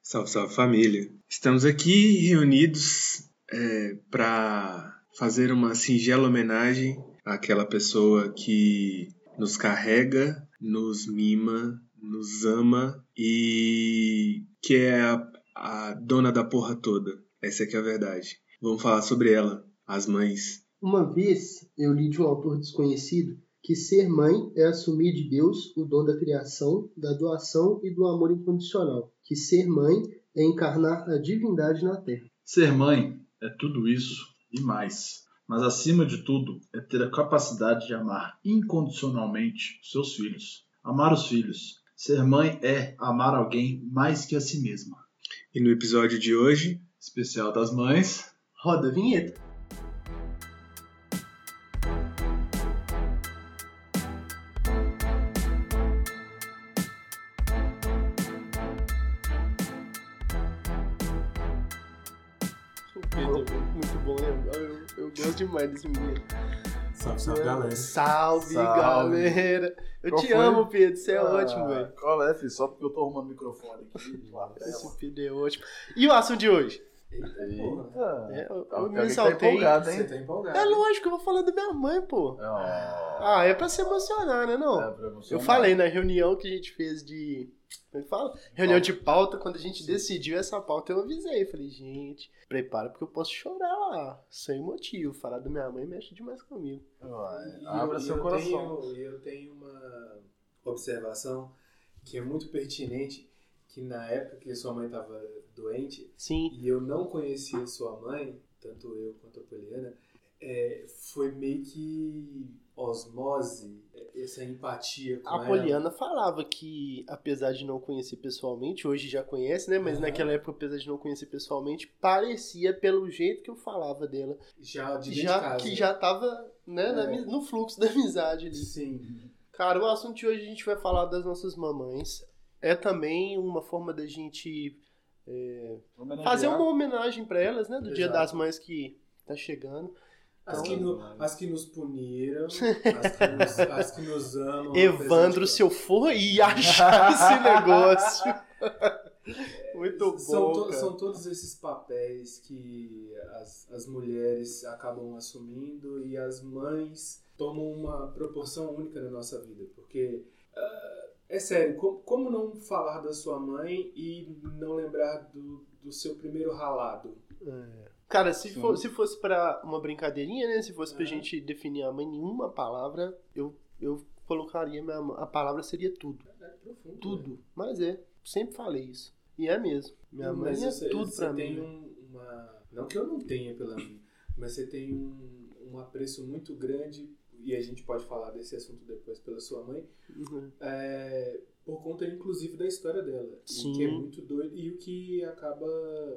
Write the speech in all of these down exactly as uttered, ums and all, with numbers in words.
Salve, salve família! Estamos aqui reunidos é, para fazer uma singela homenagem àquela pessoa que nos carrega, nos mima, nos ama e que é a, a dona da porra toda. Essa aqui é a verdade. Vamos falar sobre ela, as mães. Uma vez eu li de um autor desconhecido que ser mãe é assumir de Deus o dom da criação, da doação e do amor incondicional. Que ser mãe é encarnar a divindade na Terra. Ser mãe é tudo isso e mais. Mas acima de tudo é ter a capacidade de amar incondicionalmente seus filhos. Amar os filhos. Ser mãe é amar alguém mais que a si mesma. E no episódio de hoje, especial das mães, roda a vinheta. Muito bom, né? Eu, eu gosto demais desse menino. Salve, salve, galera. Salve, Salve. galera. Eu Qual te foi? amo, Pedro. Você é Ah, ótimo, velho. Qual é, filho? Só porque eu tô arrumando o microfone aqui. Claro, Esse Pedro é ótimo. E o assunto de hoje? Eita. É, eu, Tem eu me alguém que tá exaltei. empolgado, hein? Você tá empolgado. É lógico, eu vou falar da minha mãe, pô. Ah, Ah, é pra se emocionar, né, não? é pra emocionar. Eu falei na reunião que a gente fez de... Como é que fala? Reunião de pauta, quando a gente decidiu essa pauta, eu avisei. Falei, gente, prepara porque eu posso chorar lá, sem motivo. Falar da minha mãe mexe demais comigo. Ué, E abra eu, seu eu coração. Tenho, eu tenho uma observação que é muito pertinente, que na época que sua mãe estava doente, Sim. e eu não conhecia sua mãe, tanto eu quanto a Poliana, é, foi meio que osmose, essa empatia com A ela. Poliana falava que, apesar de não conhecer pessoalmente, hoje já conhece, né? Mas Uhum. naquela época, apesar de não conhecer pessoalmente, parecia, pelo jeito que eu falava dela, Já de dentro de já, casa. que já tava né, na É. mi- no fluxo da amizade ali. Sim. Cara, o assunto de hoje a gente vai falar das nossas mamães. É também uma forma da gente é, Homenagear. fazer uma homenagem pra elas, né? Do Dia Exato. das Mães que tá chegando. As, Então- que no- as que nos puniram, as que nos, as que nos amam. Evandro, apesar se eu for e achar esse negócio. Muito bom, são, to- cara. são todos esses papéis que as, as mulheres acabam assumindo e as mães tomam uma proporção única na nossa vida. Porque, ah, é sério, como, como não falar da sua mãe e não lembrar do, do seu primeiro ralado? É. Cara, se, Sim. for, se fosse pra uma brincadeirinha, né? Se fosse pra É. gente definir a mãe em uma palavra, eu, eu colocaria minha mãe. A palavra seria tudo. É profundo. Tudo. Né? Mas é. Sempre falei isso. E é mesmo. Minha mãe Mas é você, tudo você pra mim. tem um, uma... Não que eu não tenha pela mim, mas você tem um, um apreço muito grande, e a gente pode falar desse assunto depois pela sua mãe, Uhum. é, por conta inclusive da história dela. Sim. E que é muito doido, e o que acaba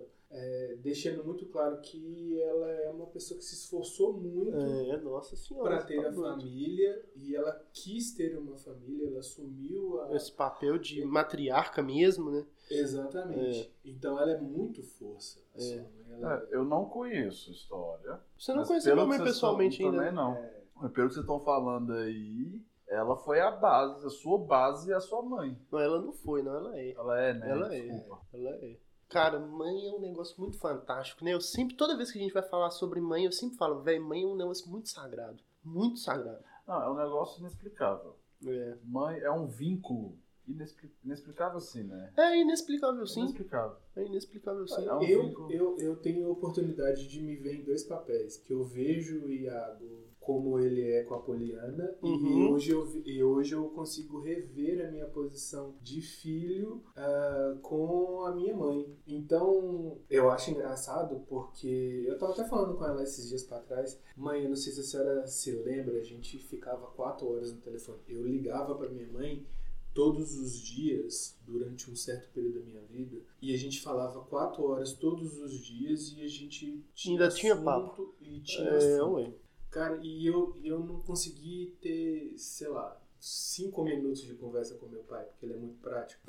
é, deixando muito claro que ela é uma pessoa que se esforçou muito É, nossa senhora. para ter tá a doido. família, e ela quis ter uma família, ela assumiu a... Esse papel de matriarca mesmo, né? Exatamente. Então ela é muito força. A sua mãe, ela É, eu não conheço a história. Você não mas conheceu pelo minha mãe que vocês pessoalmente estão- ainda? Também não. Mas pelo que vocês estão falando aí, ela foi a base, a sua base e a sua mãe. Não, ela não foi, não, ela é. Ela é, né? Ela é. Desculpa. Ela é. Cara, mãe é um negócio muito fantástico, né? Eu sempre, toda vez que a gente vai falar sobre mãe, eu sempre falo, velho, mãe é um negócio muito sagrado. Muito sagrado. Não, é um negócio inexplicável. É. Mãe é um vínculo inexpli- inexplicável, sim, né? É inexplicável, sim. Inexplicável. É inexplicável, sim. É um Eu, vínculo. eu, eu tenho a oportunidade de me ver em dois papéis, que eu vejo o Iago como ele é com a Poliana, e Uhum. hoje eu, vi- e hoje eu consigo rever a minha posição de filho ah, com a minha mãe. Então, eu acho engraçado porque eu tava até falando com ela esses dias pra trás, mãe, eu não sei se a senhora se lembra, a gente ficava quatro horas no telefone. Eu ligava pra minha mãe todos os dias, durante um certo período da minha vida, e a gente falava quatro horas todos os dias e a gente tinha Ainda tinha assunto papo. e tinha É, assunto. ué. Cara, e eu, e eu não consegui ter, sei lá, cinco minutos de conversa com meu pai, porque ele é muito prático.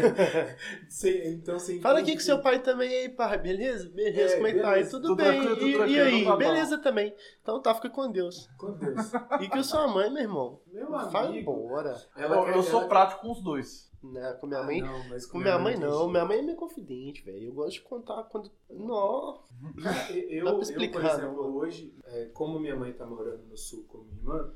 Sem, então, sem Fala aqui que seu pai também aí, pai, beleza? Beleza, É, como é que tá? beleza. Aí, tudo, Tudo bem. tranquilo, tudo E, tranquilo, e aí? tá bom. Beleza também. Então tá, fica com Deus. Com Deus. E que sua mãe, meu irmão, Meu vai amigo. embora. Ela eu quer- eu sou ela- prático com os dois. Né, com minha Ah, mãe. não, mas Com minha mãe tem não, jeito. minha mãe é minha confidente, velho. Eu gosto de contar quando. Não. Cara, eu, Dá pra eu, explicar, por exemplo, não. hoje, é, como minha mãe tá morando no sul com minha irmã,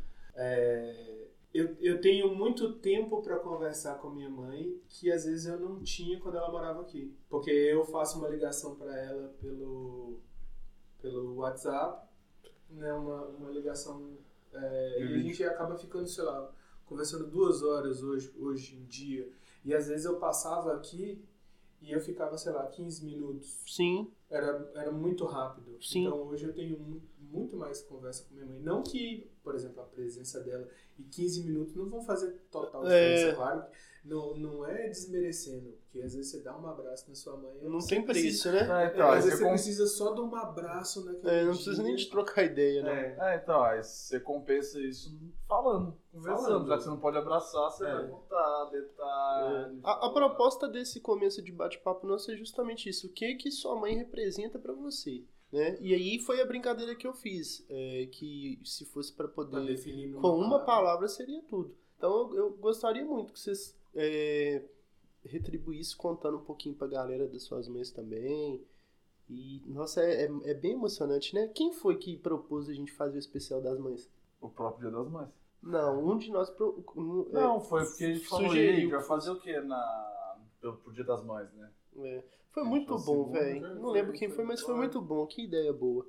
é, eu, eu tenho muito tempo para conversar com minha mãe que às vezes eu não tinha quando ela morava aqui. Porque eu faço uma ligação para ela pelo, pelo WhatsApp, né, uma, uma ligação, é, e a gente acaba ficando, sei lá, conversando duas horas hoje, hoje em dia. E às vezes eu passava aqui e eu ficava, sei lá, quinze minutos. Sim. Era, era muito rápido. Sim. Então hoje eu tenho mu- muito mais conversa com minha mãe. Não que, por exemplo, a presença dela e quinze minutos não vão fazer total diferença. É. Claro que não, não é desmerecendo. Porque às vezes você dá um abraço na sua mãe. Não você tem precisa- preço, né? É, então, às aí vezes você você com- precisa só de um abraço naquele É, não dia. precisa nem de trocar ideia, né? É. É, então, aí você compensa isso falando, conversando. Falando. Já que você não pode abraçar, você É. vai contar, detalhe. A, a proposta desse começo de bate-papo nosso é justamente isso. O que que sua mãe representa pra você, né? E aí foi a brincadeira que eu fiz, é, que se fosse pra Pra poder definir numa com uma palavra. palavra seria tudo. Então eu, eu gostaria muito que vocês é, retribuíssem contando um pouquinho pra galera das suas mães também. E nossa, é, é, é bem emocionante, né? Quem foi que propôs a gente fazer o especial das mães? O próprio Dia das Mães. Não, um de nós pro, um, é, Não, foi porque a gente falou, sugeriu. "Ei, a gente vai fazer o quê na... pro, pro Dia das Mães, né? É. Foi Quem muito foi o bom, segundo? velho. Foi, Não foi, lembro quem foi foi, mas foi muito muito bom. Que ideia boa.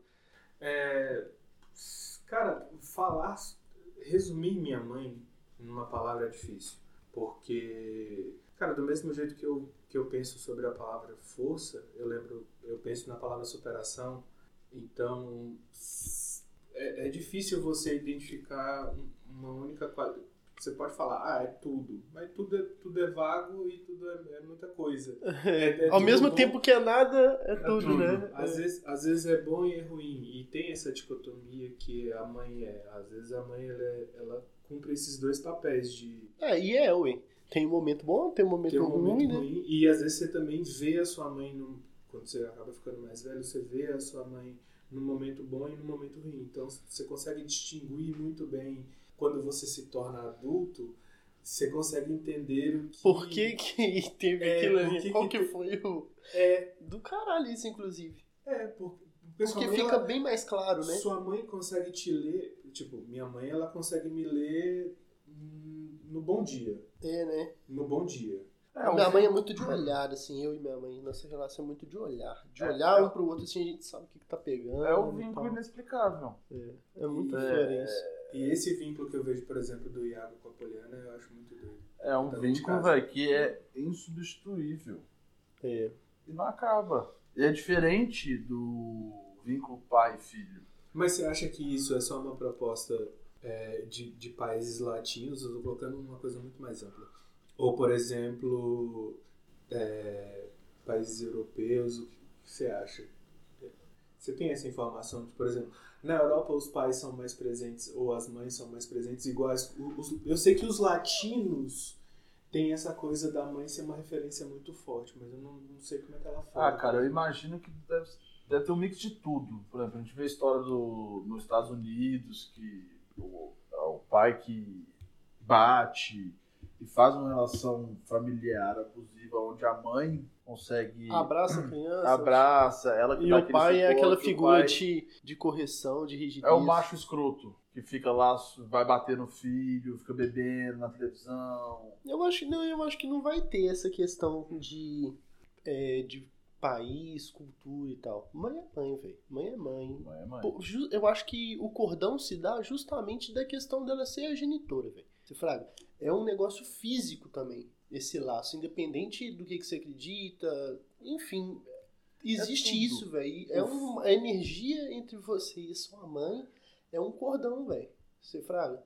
É, cara, falar, resumir minha mãe numa palavra é difícil. Porque, cara, do mesmo jeito que eu, que eu penso sobre a palavra força, eu lembro, eu penso na palavra superação. Então, é, é difícil você identificar um- uma única qualidade. Você pode falar, ah, é tudo. Mas tudo é, tudo é vago e tudo é, é muita coisa. É- é Ao tudo mesmo bom. tempo que é nada, é, tudo, tudo. né? Às vezes, às vezes é bom e é ruim. E tem essa dicotomia que a mãe é. Às vezes a mãe ela, é- ela cumpre esses dois papéis de É, e é, ué. Tem um momento bom, tem um momento ter um ruim, momento né? ruim. E às vezes você também vê a sua mãe, num, quando você acaba ficando mais velho, você vê a sua mãe num momento bom e num momento ruim. Então você consegue distinguir muito bem. Quando você se torna adulto, você consegue entender o que... Por que que teve É, aquilo por ali? que Qual que que te- foi o... É, Do caralho isso, inclusive. é porque, porque sua Porque mãe, fica ela- bem mais claro, né? Sua mãe consegue te ler, tipo, minha mãe ela consegue me ler hum, no bom dia. É, né? No bom dia. É, minha um- mãe é muito de olhar, assim, eu e minha mãe. Nossa relação é muito de olhar. De É, olhar é. um pro outro, assim, a gente sabe o que, que tá pegando. É o e vínculo tal. inexplicável. É, é muito É. diferente. E esse vínculo que eu vejo, por exemplo, do Iago com a Poliana, eu acho muito doido. É um Tá dentro de vínculo, casa. velho, que é insubstituível. É. E não acaba. E é diferente do vínculo pai e filho. Mas você acha que isso é só uma proposta é, de, de países latinos? Eu tô colocando uma coisa muito mais ampla. Ou, por exemplo, é, países europeus, o que você acha? Você tem essa informação de, por exemplo, na Europa os pais são mais presentes ou as mães são mais presentes iguais? Os, eu sei que os latinos têm essa coisa da mãe ser uma referência muito forte, mas eu não, não sei como é que ela fala. Ah, cara, eu imagino que deve, deve ter um mix de tudo. Por exemplo, a gente vê a história do, nos Estados Unidos, que o, o pai que bate e faz uma relação familiar abusiva, onde a mãe consegue... Abraça a criança. abraça, ela que E dá o aquele pai é suporte, aquela o figura pai de, de correção, de rigidez. é o macho escroto, que fica lá, vai bater no filho, fica bebendo na televisão. Eu acho, que- não, eu acho que não vai ter essa questão de, é, de país, cultura e tal. Mãe é mãe, velho. Mãe é mãe. Mãe é mãe. Pô, ju- eu acho que o cordão se dá justamente da questão dela ser a genitora, velho. Você fraga, é um negócio físico também, esse laço, independente do que, que você acredita, enfim, existe tudo. isso, velho. É uma energia entre você e sua mãe, é um cordão, velho. Você fraga.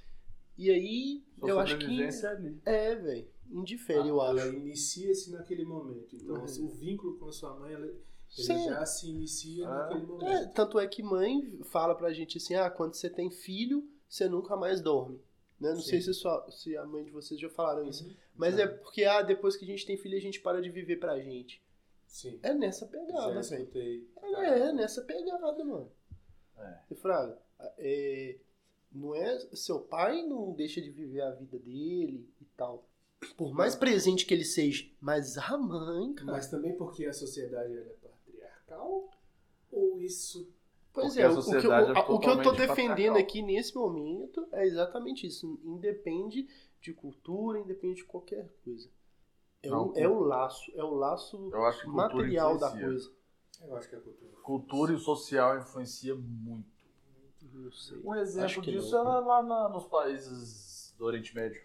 E aí, Sua eu acho que sobrevivência é ali. é, velho, indifere, eu ela acho. inicia-se naquele momento. Então, Uhum. o vínculo com a sua mãe, ela, ele Sim. já se inicia Ah. naquele É, momento. tanto é que mãe fala pra gente assim, ah, quando você tem filho, você nunca mais dorme. Né? Não Sim. sei se, sua, se a mãe de vocês já falaram isso. Uhum. Mas Já. é porque, ah, depois que a gente tem filho, a gente para de viver pra gente. Sim. É nessa pegada, Já velho. escutei. É, é nessa pegada, mano. É. E Fraga, é, não é, seu pai não deixa de viver a vida dele e tal. Por mais presente que ele seja, mas a mãe, cara. Mas também porque a sociedade ela é patriarcal? Ou isso... Pois Porque é, a o, o que, eu, sociedade é o, o que eu tô totalmente defendendo patriarcal. aqui nesse momento é exatamente isso. Independe de cultura, independe de qualquer coisa. É, Não, o, é o laço, é o laço Eu acho que cultura material da influencia. coisa. Eu acho que a cultura... Cultura e o social influencia muito. Não sei. Um exemplo Acho que disso não. é lá na- nos países do Oriente Médio.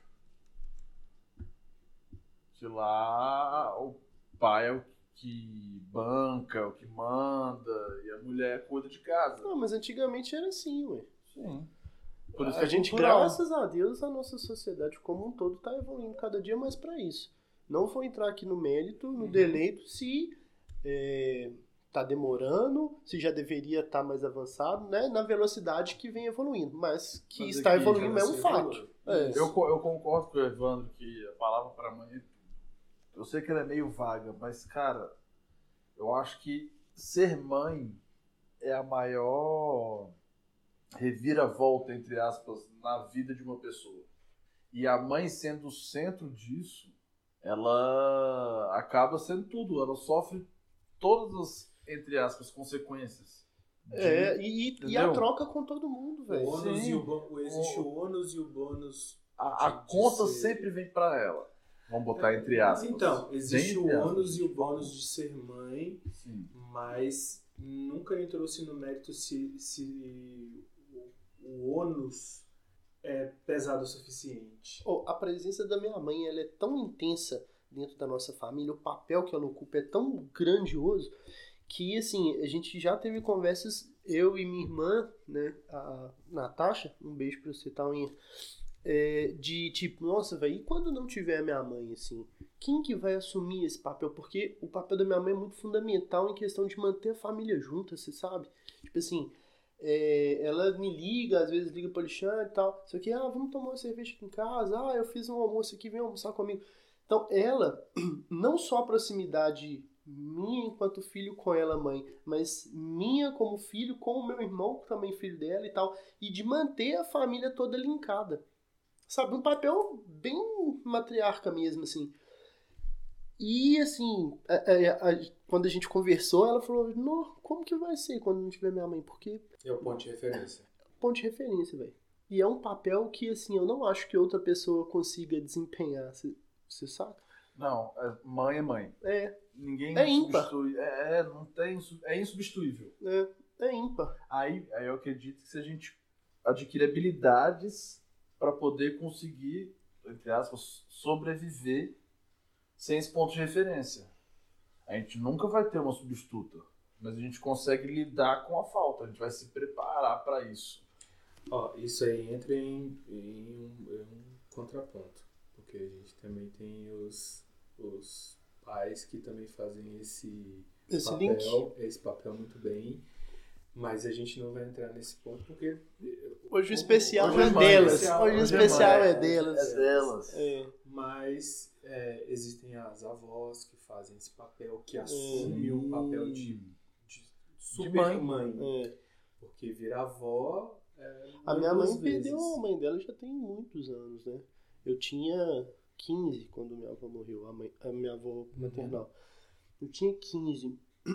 Que lá o pai é o que banca, o que manda, e a mulher cuida de casa. Não, mas antigamente era assim, ué. Sim. Por isso A que é gente, cultural. graças a Deus, a nossa sociedade como um todo tá evoluindo cada dia mais pra isso. Não vou entrar aqui no mérito, no Uhum. deleito, se é, tá demorando, se já deveria estar mais avançado, né? Na velocidade que vem evoluindo. Mas que Mas está aqui, evoluindo é já um se fato. evolui. É. Eu, co- eu concordo com o Evandro que a palavra para mãe é tudo. Eu sei que ela é meio vaga, mas, cara, eu acho que ser mãe é a maior reviravolta, entre aspas, na vida de uma pessoa. E a mãe sendo o centro disso, ela acaba sendo tudo. Ela sofre todas as, entre aspas, consequências. de- É, e, e- e a Entendeu? troca com todo mundo, O velho. ônus Sim. e o bô- existe o ônus e o bônus. A, a de- de conta ser- sempre vem para ela. Vamos botar entre aspas. Então, existe Entre o aspas. ônus e o bônus de ser mãe, Sim. mas nunca entrou-se no mérito se, se o, o ônus é pesado o suficiente. Oh, a presença da minha mãe ela é tão intensa dentro da nossa família, o papel que ela ocupa é tão grandioso que, assim, a gente já teve conversas, eu e minha irmã, né, a Natasha, um beijo pra você, Tauinha, é, de tipo, nossa, velho, e quando não tiver a minha mãe, assim, quem que vai assumir esse papel? Porque o papel da minha mãe é muito fundamental em questão de manter a família junta, você sabe? Tipo assim, é, ela me liga, às vezes liga pro Alexandre e tal, só que, ah, vamos tomar uma cerveja aqui em casa, ah, eu fiz um almoço aqui, vem almoçar comigo. Então, ela, não só a proximidade minha enquanto filho com ela, mãe, mas minha como filho com o meu irmão, também filho dela e tal, e de manter a família toda linkada. Sabe, um papel bem matriarca mesmo, assim. E, assim, a, a, a, quando a gente conversou, ela falou, não, como que vai ser quando não tiver minha mãe? Porque É o ponto de referência. ponto de referência, velho. E é um papel que, assim, eu não acho que outra pessoa consiga desempenhar, você saca? Não, é- mãe é mãe. É, Ninguém É ímpar. substitui. É, é, não tem, su- é insubstituível. é, é ímpar. Aí, aí eu acredito que se a gente adquirir habilidades para poder conseguir, entre aspas, sobreviver sem esse ponto de referência. A gente nunca vai ter uma substituta, mas a gente consegue lidar com a falta, a gente vai se preparar para isso. Ó, isso aí entra em, em um, em um contraponto, porque a gente também tem os, os pais que também fazem esse, Esse papel, link. esse papel muito bem, mas a gente não vai entrar nesse ponto porque Hoje o especial Hoje é é mãe, delas. especial, Hoje o hoje é especial mãe. é delas. É delas. É. mas é, existem as avós que fazem esse papel, que assumem o papel de, de super mãe. mãe, É. porque virar avó é, A minha mãe duas perdeu vezes. a mãe dela já tem muitos anos, né? Eu tinha quinze quando minha avó morreu, a, mãe, a minha avó maternal. Eu tinha quinze.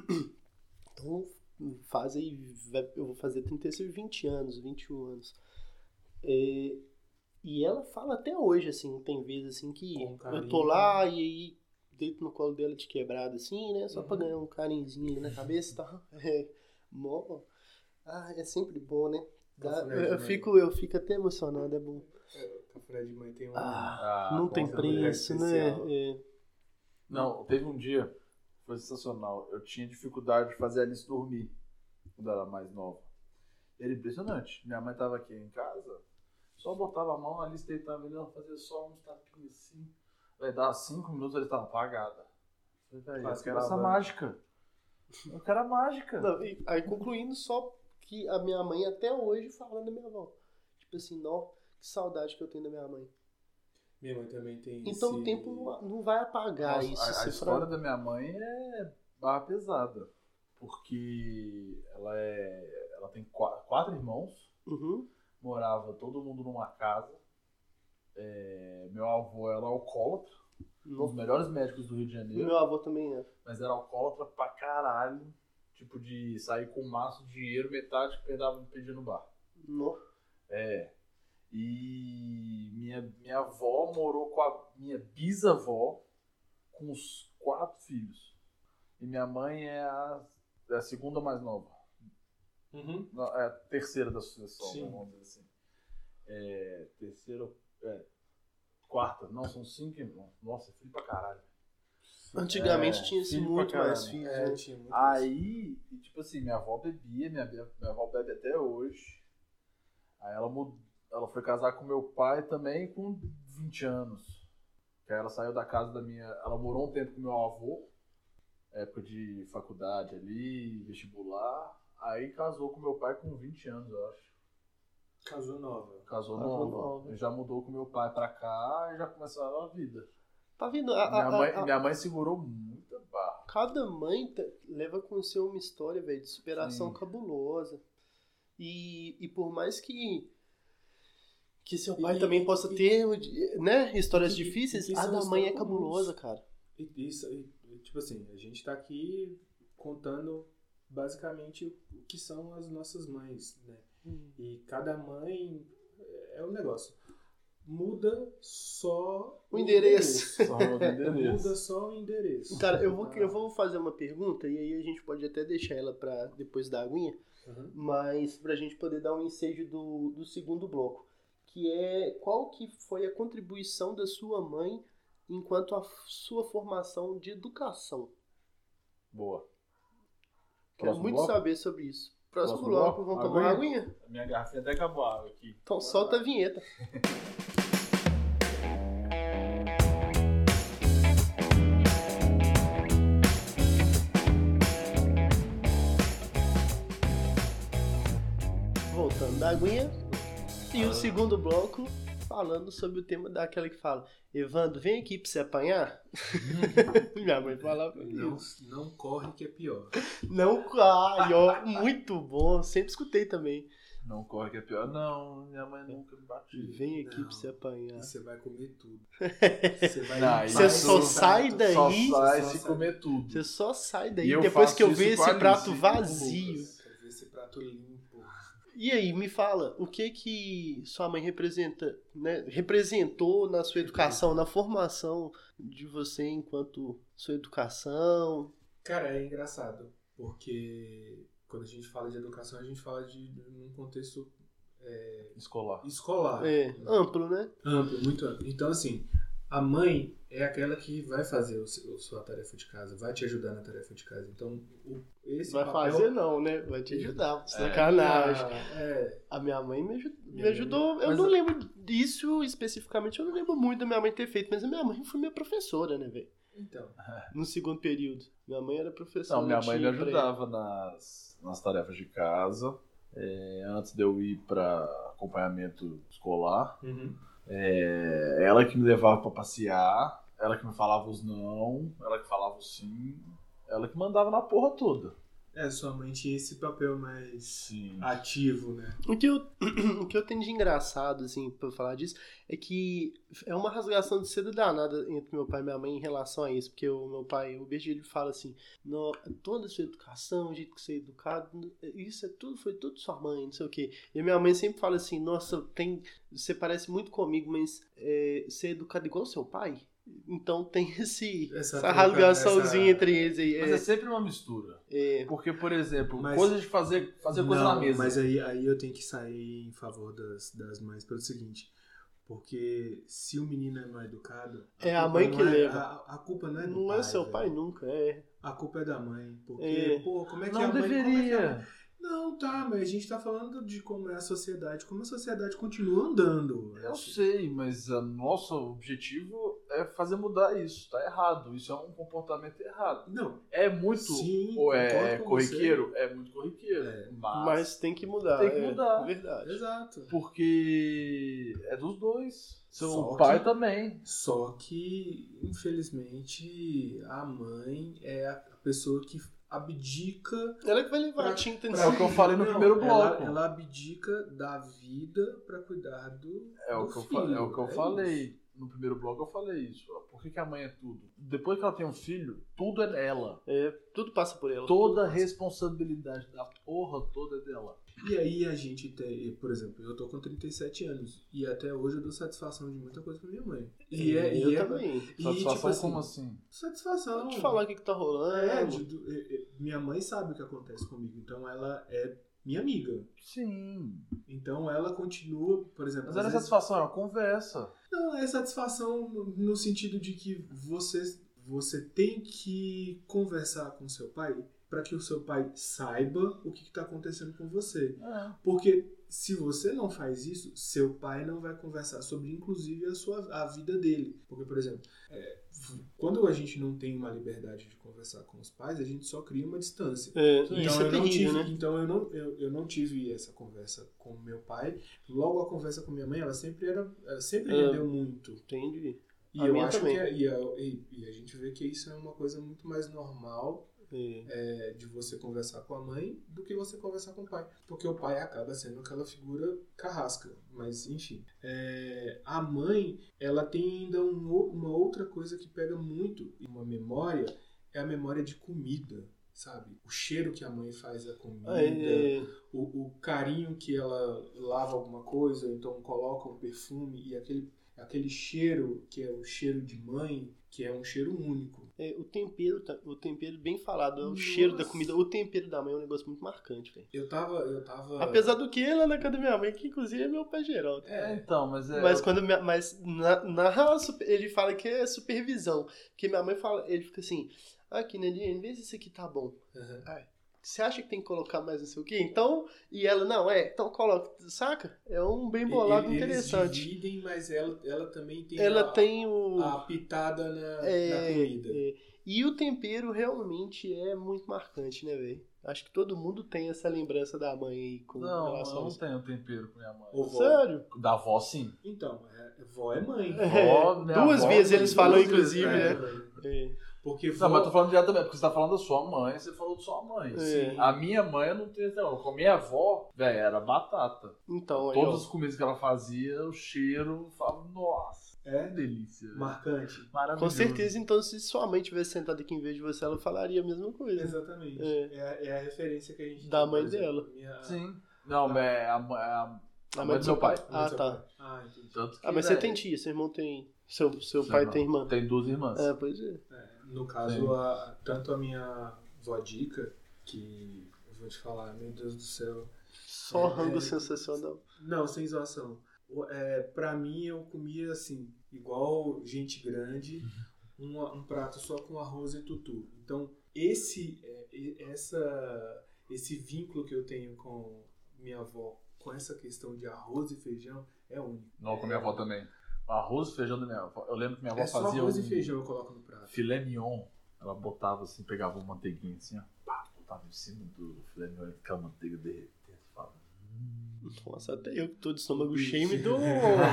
Então, faz aí, vai- eu vou fazer trinta e seis, vinte anos, vinte e um anos. É, e ela fala até hoje, assim, tem vezes assim que Com eu carinho. tô lá e aí deito no colo dela de quebrado, assim, né? Só pra Uhum. ganhar um carinhozinho ali na cabeça, tá? É, mó. Ah, é sempre bom, né? Dá- Cafuné eu, de eu mãe. fico, eu fico até emocionado, é bom. É, o cafuné de mãe tem um... Ah, Ah, não com tem certeza. preço, especial. né? É. Não, teve um dia, foi sensacional. Eu tinha dificuldade de fazer a Alice dormir quando ela era mais nova. Era impressionante. Minha mãe tava aqui em casa, só botava a mão, a Alice deitava e ela fazia só uns tapinhos assim. Vai dar cinco minutos, ela estava apagada. Eu falei, "Véi, eu Quase quero essa babando." mágica. Eu quero a mágica. Não, e aí concluindo só que a minha mãe até hoje fala da minha avó. Tipo assim, não, Que saudade que eu tenho da minha mãe. Minha mãe também tem Então esse... o tempo não, não vai apagar Nossa, isso. a, a se história for- da minha mãe é barra pesada. Porque ela é. Ela tem qua- quatro irmãos, Uhum. morava todo mundo numa casa. É, meu avô era alcoólatra, um dos Nossa. melhores médicos do Rio de Janeiro, Meu avô também é. mas era alcoólatra pra caralho. Tipo, de sair com um maço de dinheiro, metade que pegava pedir no bar. No. É. E minha, minha avó morou com a minha bisavó com os quatro filhos. E minha mãe é a, é a segunda mais nova. Uhum. Não, é a terceira da sucessão, Sim. né, vamos dizer assim. É, terceira, é, quarta, não, são cinco irmãos. Nossa, filho pra caralho. Antigamente É, tinha-se filho pra muito mais caralho. filhos. É, né? tinha muito isso. Aí, e, tipo assim, minha avó bebia, minha, minha avó bebe até hoje. Aí ela mudou, ela foi casar com meu pai também com vinte anos. Que aí ela saiu da casa da minha... Ela morou um tempo com meu avô, época de faculdade ali, vestibular. Aí casou com meu pai com vinte anos, eu acho. Casou nova. Casou Casou nova. nova. E já mudou com meu pai pra cá e já começaram a vida. Tá vendo? A, a- minha, mãe, a- a- minha mãe segurou muita barra. Cada mãe te- leva com você uma história, velho, de superação Sim. cabulosa. E, e por mais que que seu pai E- também possa e- ter, né, histórias e- e- difíceis, e que a são da mãe é histórias cabulosa, comuns. cara. E, isso, e, e, tipo assim, a gente tá aqui contando basicamente o que são as nossas mães, né? E cada mãe é um negócio. Muda só O endereço. Só o endereço. Muda só o endereço. Cara, eu vou, eu vou fazer uma pergunta e aí a gente pode até deixar ela pra depois da aguinha, Uhum. mas pra gente poder dar um ensejo do, do segundo bloco, que é qual que foi a contribuição da sua mãe enquanto a sua formação de educação. Boa. Quero Próximo muito bloco? saber sobre isso. Próximo, Próximo bloco, bloco? vamos tomar uma Aguinha? aguinha? A minha garrafinha até acabou a água aqui. Então solta a vinheta. Voltando da aguinha. E o segundo bloco falando sobre o tema daquela que fala: Evandro, vem aqui pra você apanhar. Minha mãe falava Não, isso. não corre que é pior. Não, ai, ó, muito bom. Sempre escutei também. Não corre que é pior. Não, minha mãe nunca me batia. Vem aqui Não. pra você apanhar. E você vai comer tudo. Você vai Não, limpar isso Você esse só prato. sai daí- Só sai Só se sai- comer tudo. Você só sai daí E eu depois faço que eu isso ver com esse a prato Alice, vazio. Lucas, quero ver esse prato limpo. E aí, me fala, o que que sua mãe representa, né, representou na sua educação, na formação de você enquanto sua educação? Cara, é engraçado, porque quando a gente fala de educação, a gente fala de num contexto é, Escolar. escolar. É, né? amplo, né? Amplo, muito amplo. Então, assim, a mãe é aquela que vai fazer o seu, a sua tarefa de casa, vai te ajudar na tarefa de casa. Então, o, esse Vai papel... fazer não, né? Vai te ajudar, É. sacanagem. Ah, é, A minha mãe me ajudou, me Minha mãe- ajudou. eu Mas não a- lembro disso especificamente, eu não lembro muito da minha mãe ter feito, mas a minha mãe foi minha professora, né, velho? então, No segundo período. Minha mãe era professora. Não, minha mãe me de pré. ajudava nas, nas tarefas de casa. É, antes de eu ir para acompanhamento escolar. uhum. É, ela que me levava para passear. Ela que me falava os não. Ela que falava os sim. Ela que mandava na porra toda. É, sua mãe tinha esse papel mais Sim. ativo, né? O que, eu, o que eu tenho de engraçado, assim, pra falar disso, é que é uma rasgação de seda danada entre meu pai e minha mãe em relação a isso. Porque o meu pai, o Berge, ele fala assim, "No- toda a sua educação, o jeito que você é educado, isso é tudo, foi tudo sua mãe, não sei o quê." E a minha mãe sempre fala assim, nossa, tem, você parece muito comigo, mas é, você é educado igual ao seu pai? Então tem esse, Essa essa, troca, rasgaçãozinha essa- entre eles aí. Mas é É, sempre uma mistura. é, Porque, por exemplo, Mas- coisa de fazer, fazer coisa Não, na mesa. mas aí, aí eu tenho que sair em favor das, das mães pelo seguinte. Porque se o menino é mal educado... É a culpa mãe não que é- leva. A, a culpa não é do não pai, é seu velho. pai nunca, é. A culpa é da mãe. Porque, É. pô, como é que Não a mãe... como é que a mãe- deveria. Não, tá, mas a gente tá falando de como é a sociedade, como a sociedade continua andando. Eu sei, mas o nosso objetivo é é fazer mudar isso. Tá errado. Isso é um comportamento errado. Não. É muito... Sim, ou é, concordo é com corriqueiro? É muito corriqueiro. É. Mas, Mas tem que mudar. tem que é mudar. Verdade. Exato. Porque é dos dois. Seu Só pai que- também. Só que, infelizmente, a mãe é a pessoa que abdica. Ela que vai levar Pra- a tinta em É o que eu falei no Não, primeiro ela- bloco. Ela, abdica da vida pra cuidar do, É o do que eu, filho. fa- é o que eu É falei. isso. No primeiro bloco eu falei isso. Por que, que a mãe é tudo? Depois que ela tem um filho, tudo é dela. É, tudo passa por ela. Toda a Tudo passa. responsabilidade da porra toda é dela. E aí a gente tem, por exemplo, eu tô com trinta e sete anos e até hoje eu dou satisfação de muita coisa pra minha mãe. E é, eu e é também. E, Satisfação tipo assim, como assim? satisfação. Vou te falar o que, que tá rolando. É, de- do- é, é, minha mãe sabe o que acontece comigo, então ela é minha amiga. Sim. Então ela continua, por exemplo. Mas às era vezes- satisfação, é uma conversa. Não, é satisfação no, no sentido de que você, você tem que conversar com seu pai para que o seu pai saiba o que está acontecendo com você. É. Porque se você não faz isso, seu pai não vai conversar sobre, inclusive, a, sua, a vida dele. Porque, por exemplo, é, quando a gente não tem uma liberdade de conversar com os pais, a gente só cria uma distância. É, Então, isso é eu não terrível, tive, né? então eu não, eu, eu não tive essa conversa com meu pai. Logo a conversa com minha mãe, ela sempre era, ela sempre É. rendeu muito. Entendi. E A eu minha acho também. que é- e, a, e- e a gente vê que isso é uma coisa muito mais normal É. é, de você conversar com a mãe do que você conversar com o pai. Porque o pai acaba sendo aquela figura carrasca. Mas, enfim. É, a mãe, ela tem ainda um o- uma outra coisa que pega muito em uma memória, é a memória de comida. Sabe? O cheiro que a mãe faz a comida, É, o, o carinho que ela lava alguma coisa, ou então coloca um perfume e aquele, aquele cheiro que é o cheiro de mãe, que é um cheiro único. é, o tempero, tá- o tempero bem falado, é o Nossa. cheiro da comida. O tempero da mãe é um negócio muito marcante, velho. Eu tava, eu tava. Apesar do que, lá na casa da minha mãe, que inclusive é meu pai Geraldo. É, então, mas é. Mas quando minha, mas na, na super- ele fala que é supervisão, porque minha mãe fala, ele fica assim, aqui Nelinha, vê se isso aqui tá bom. Uhum. Você acha que tem que colocar mais não sei o quê? Então, e ela, não, é, então coloca, saca? É um bem bolado Eles interessante. dividem, mas ela, ela também tem Ela a, tem o a pitada na, é, na comida. é. E o tempero realmente é muito marcante, né, velho? Acho que todo mundo tem essa lembrança da mãe aí com Não, eu relação a não isso. tenho tempero com minha mãe. Ô, vó. Sério? Da avó, sim. Então, é, vó é mãe. É, Vó, minha duas avó, vezes eles duas falam, vezes, inclusive, é. né? É. Porque Não, vó, mas eu tô falando de ela também, porque você tá falando da sua mãe, você falou de sua mãe. É. A minha mãe eu não tenho até não. Com a minha avó, velho, era batata. Então, aí, Todas ó, as comidas que ela fazia, o cheiro, eu falava, nossa, É? que delícia. velho. marcante. Maravilhoso. com certeza, então, se sua mãe tivesse sentado aqui em vez de você, ela falaria a mesma coisa. Exatamente. É. É. a- é a referência que a gente Da tem, mãe por exemplo, dela. minha- Sim. Não, mas é a, mãe- a, A mãe do seu pai. Ah, tá. Ah, entendi. Tanto que, Ah, mas você velho, tem tia, seu irmão tem... Seu, seu seu pai irmão tem irmã. Tem duas irmãs. É, pois é. É, no caso, a- tanto a minha vó Dica, que eu vou te falar, meu Deus do céu. Só É, rango é. sensacional. Não, sem zoação. O- É, pra mim, eu comia assim, igual gente grande, um, um prato só com arroz e tutu. Então, esse, é, e- essa, esse vínculo que eu tenho com minha avó, com essa questão de arroz e feijão, é único. Não, com a minha avó também. Arroz e feijão da minha avó. Eu lembro que minha avó É só fazia arroz um e feijão eu coloco no prato. filé mignon. Ela botava assim, pegava uma manteiguinha assim, ó. Pá, botava em cima do filé mignon e aquela manteiga derretendo. Você fala, Nossa, até eu que tô de estômago cheio me Ixi. deu...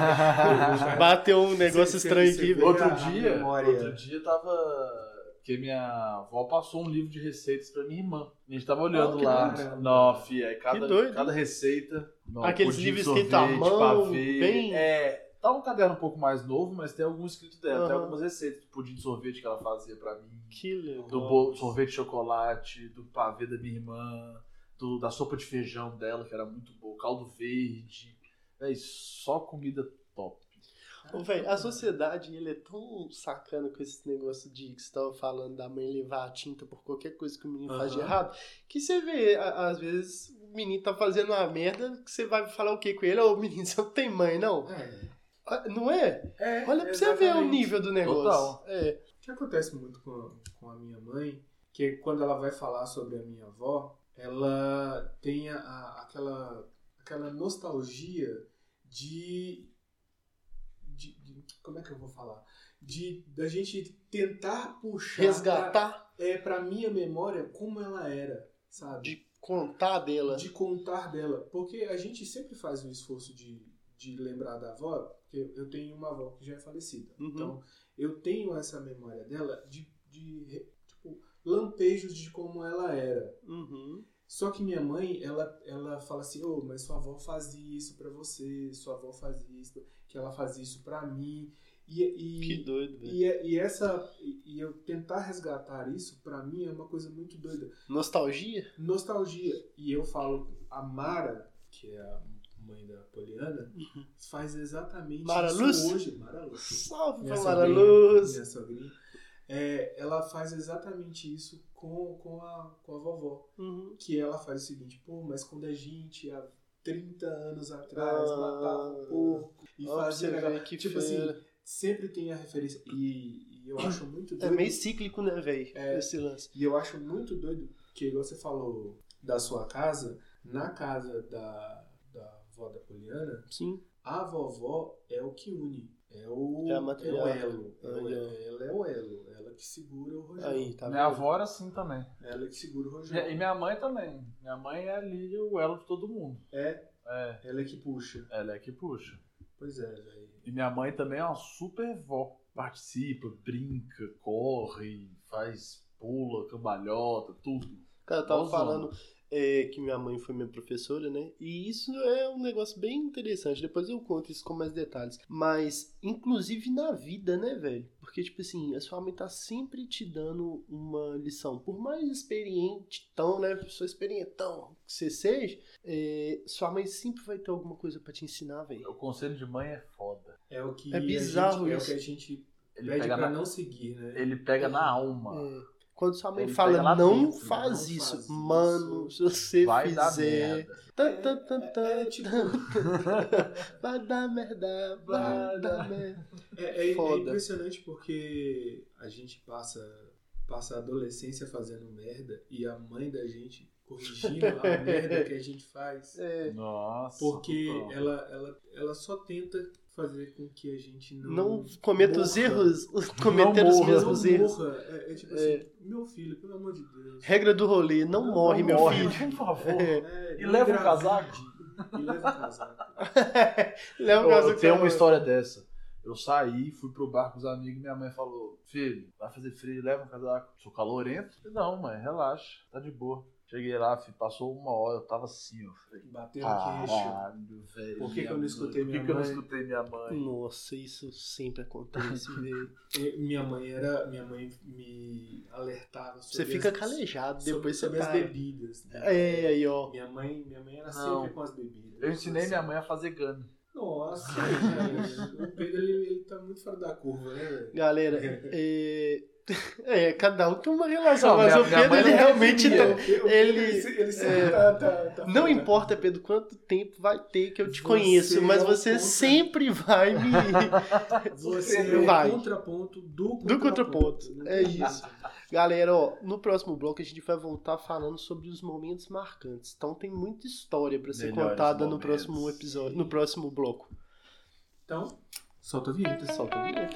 Bateu um negócio Cê- cê- estranho cê aqui, vê velho. Outro a- a dia, memória. outro dia tava. Que minha avó passou um livro de receitas pra minha irmã. A gente tava olhando Ah, que lá. doido. Não, fia, aí cada, Que doido. cada receita. Não, Aqueles pudim de livros escritos à sorvete, mão, pavê. bem- É, tá um caderno um pouco mais novo, mas tem algum escrito dela. Tem Aham. algumas receitas do pudim de sorvete que ela fazia pra mim. Que legal. Do bolo, sorvete de chocolate, do pavê da minha irmã, do, da sopa de feijão dela, que era muito boa, caldo verde. Véi, só comida top. Ô, velho, a sociedade, ele é tão sacana com esse negócio de que você tava falando da mãe levar a tinta por qualquer coisa que o menino faz de Aham. errado, que você vê, a- às vezes, o menino tá fazendo uma merda, que você vai falar o quê com ele? Ô, menino, você não tem mãe, não? É, Ah, não é? é, Olha pra você ver o exatamente. nível do negócio. Total. É. O que acontece muito com, com a minha mãe, que quando ela vai falar sobre a minha avó, ela tem a, a- aquela, aquela nostalgia de, de, de como é que eu vou falar? De da gente tentar puxar Resgatar. pra, é para minha memória como ela era, sabe? De contar dela. De contar dela, porque a gente sempre faz um esforço de, de lembrar da avó, porque eu tenho uma avó que já é falecida. Uhum. Então, eu tenho essa memória dela de, de tipo, lampejos de como ela era. Uhum. Só que minha mãe, ela, ela fala assim, ô, oh, mas sua avó fazia isso pra você, sua avó fazia isso, que ela fazia isso pra mim. E, e, Que doido, velho. e, e, essa, e eu tentar resgatar isso, pra mim, é uma coisa muito doida. Nostalgia? Nostalgia. E eu falo, a Mara, que é a mãe da Poliana, Uhum. faz exatamente Mara isso Luz? hoje. Mara Luz. Salve Minha pra Mara sogrinha, Luz. minha sogrinha. É, ela faz exatamente isso com, com, a, com a vovó. Uhum. Que ela faz o seguinte, pô, mas quando a gente, há trinta anos atrás, Ah, matava um porco e ó, fazia... pra você ver que tipo feira. assim, sempre tem a referência. E, e eu acho muito É doido. meio cíclico, né, velho? É. Esse lance. E eu acho muito doido que, igual você falou da sua casa, na casa da, da avó da Poliana, Sim. a vovó é o que une. É o, É a é o matriarca. elo. É o Aí, ó. elo. Ela é o elo. Ela que segura o Rogério. Aí, tá Minha vendo? avó era assim também. Ela que segura o E Rogério. minha mãe também. Minha mãe é ali o elo de todo mundo. É, É, ela é que puxa. ela é que puxa. Pois é, velho. E minha mãe também é uma super vó. Participa, brinca, corre, faz pula, cambalhota, tudo. Cara, eu tava Igualzão. falando é, que minha mãe foi minha professora, né? E isso é um negócio bem interessante. Depois eu conto isso com mais detalhes. Mas, inclusive na vida, né, velho? Porque, tipo assim, a sua mãe tá sempre te dando uma lição. Por mais experiente, tão, né? Pessoa experientão que você seja, é, sua mãe sempre vai ter alguma coisa pra te ensinar, velho. O conselho de mãe é foda. É o que É a bizarro gente, isso. É o que a gente Ele pede pega pra na- não seguir, né? Ele pega na alma. É. Quando sua mãe Ele fala, pega lá não dentro, faz não isso, faz isso. mano, se você Vai dar fizer. merda. Tan, tan, tan, tan, É, é tipo... vai dar merda, vai dar merda. É, é- Foda. é impressionante porque a gente passa, passa a adolescência fazendo merda e a mãe da gente corrigindo a merda que a gente faz. É, Nossa. Porque total. ela, ela, ela só tenta fazer com que a gente não... não cometa os morra. erros, cometer Não os morra. mesmos Não erros. morra. É, é tipo É. assim, meu filho, pelo amor de Deus. Regra do rolê, não, Não morre, meu morre, filho. por favor. É, E não leva um engravide. casaco. E leva um casaco. Leva o Eu, caso eu que tenho você- uma história dessa. Eu saí, fui pro bar com os amigos e minha mãe falou: Filho, vai fazer frio, leva um casaco. Sou calorento? Eu falei, não, mãe, relaxa, tá de boa. Cheguei lá, filho, passou uma hora, eu tava assim, ó. Falei, Bateu no queixo. caralho, velho. Por que que eu não minha escutei mãe? minha Por que que eu não mãe? escutei minha mãe? Nossa, isso sempre acontece, velho. E minha mãe era. Minha mãe me alertava sobre Você fica as, calejado, sobre, depois sobre você as tá... bebidas. Né? É, aí, ó. Minha mãe, minha mãe era Não. sempre com as bebidas. Eu ensinei minha mãe a fazer gano. Nossa, gente, o Pedro ele, ele tá muito fora da curva, né, velho? Galera, é... é, cada um tem uma relação, Não, mas minha- o minha Pedro, mãe ele não realmente definia. tá... O Pedro, ele- ele, ele sempre é, tá, tá, tá Não fora da importa, Pedro, quanto tempo vai ter que eu te Você conheço, mas é o você contra- sempre vai me... Você é o Vai. contraponto do contraponto. Do contraponto. Não É tem isso. jeito. Galera, ó, no próximo bloco a gente vai voltar falando sobre os momentos marcantes. Então tem muita história pra ser Melhores contada no momentos. próximo episódio, no próximo bloco. Então, solta a vinheta. Solta a vinheta.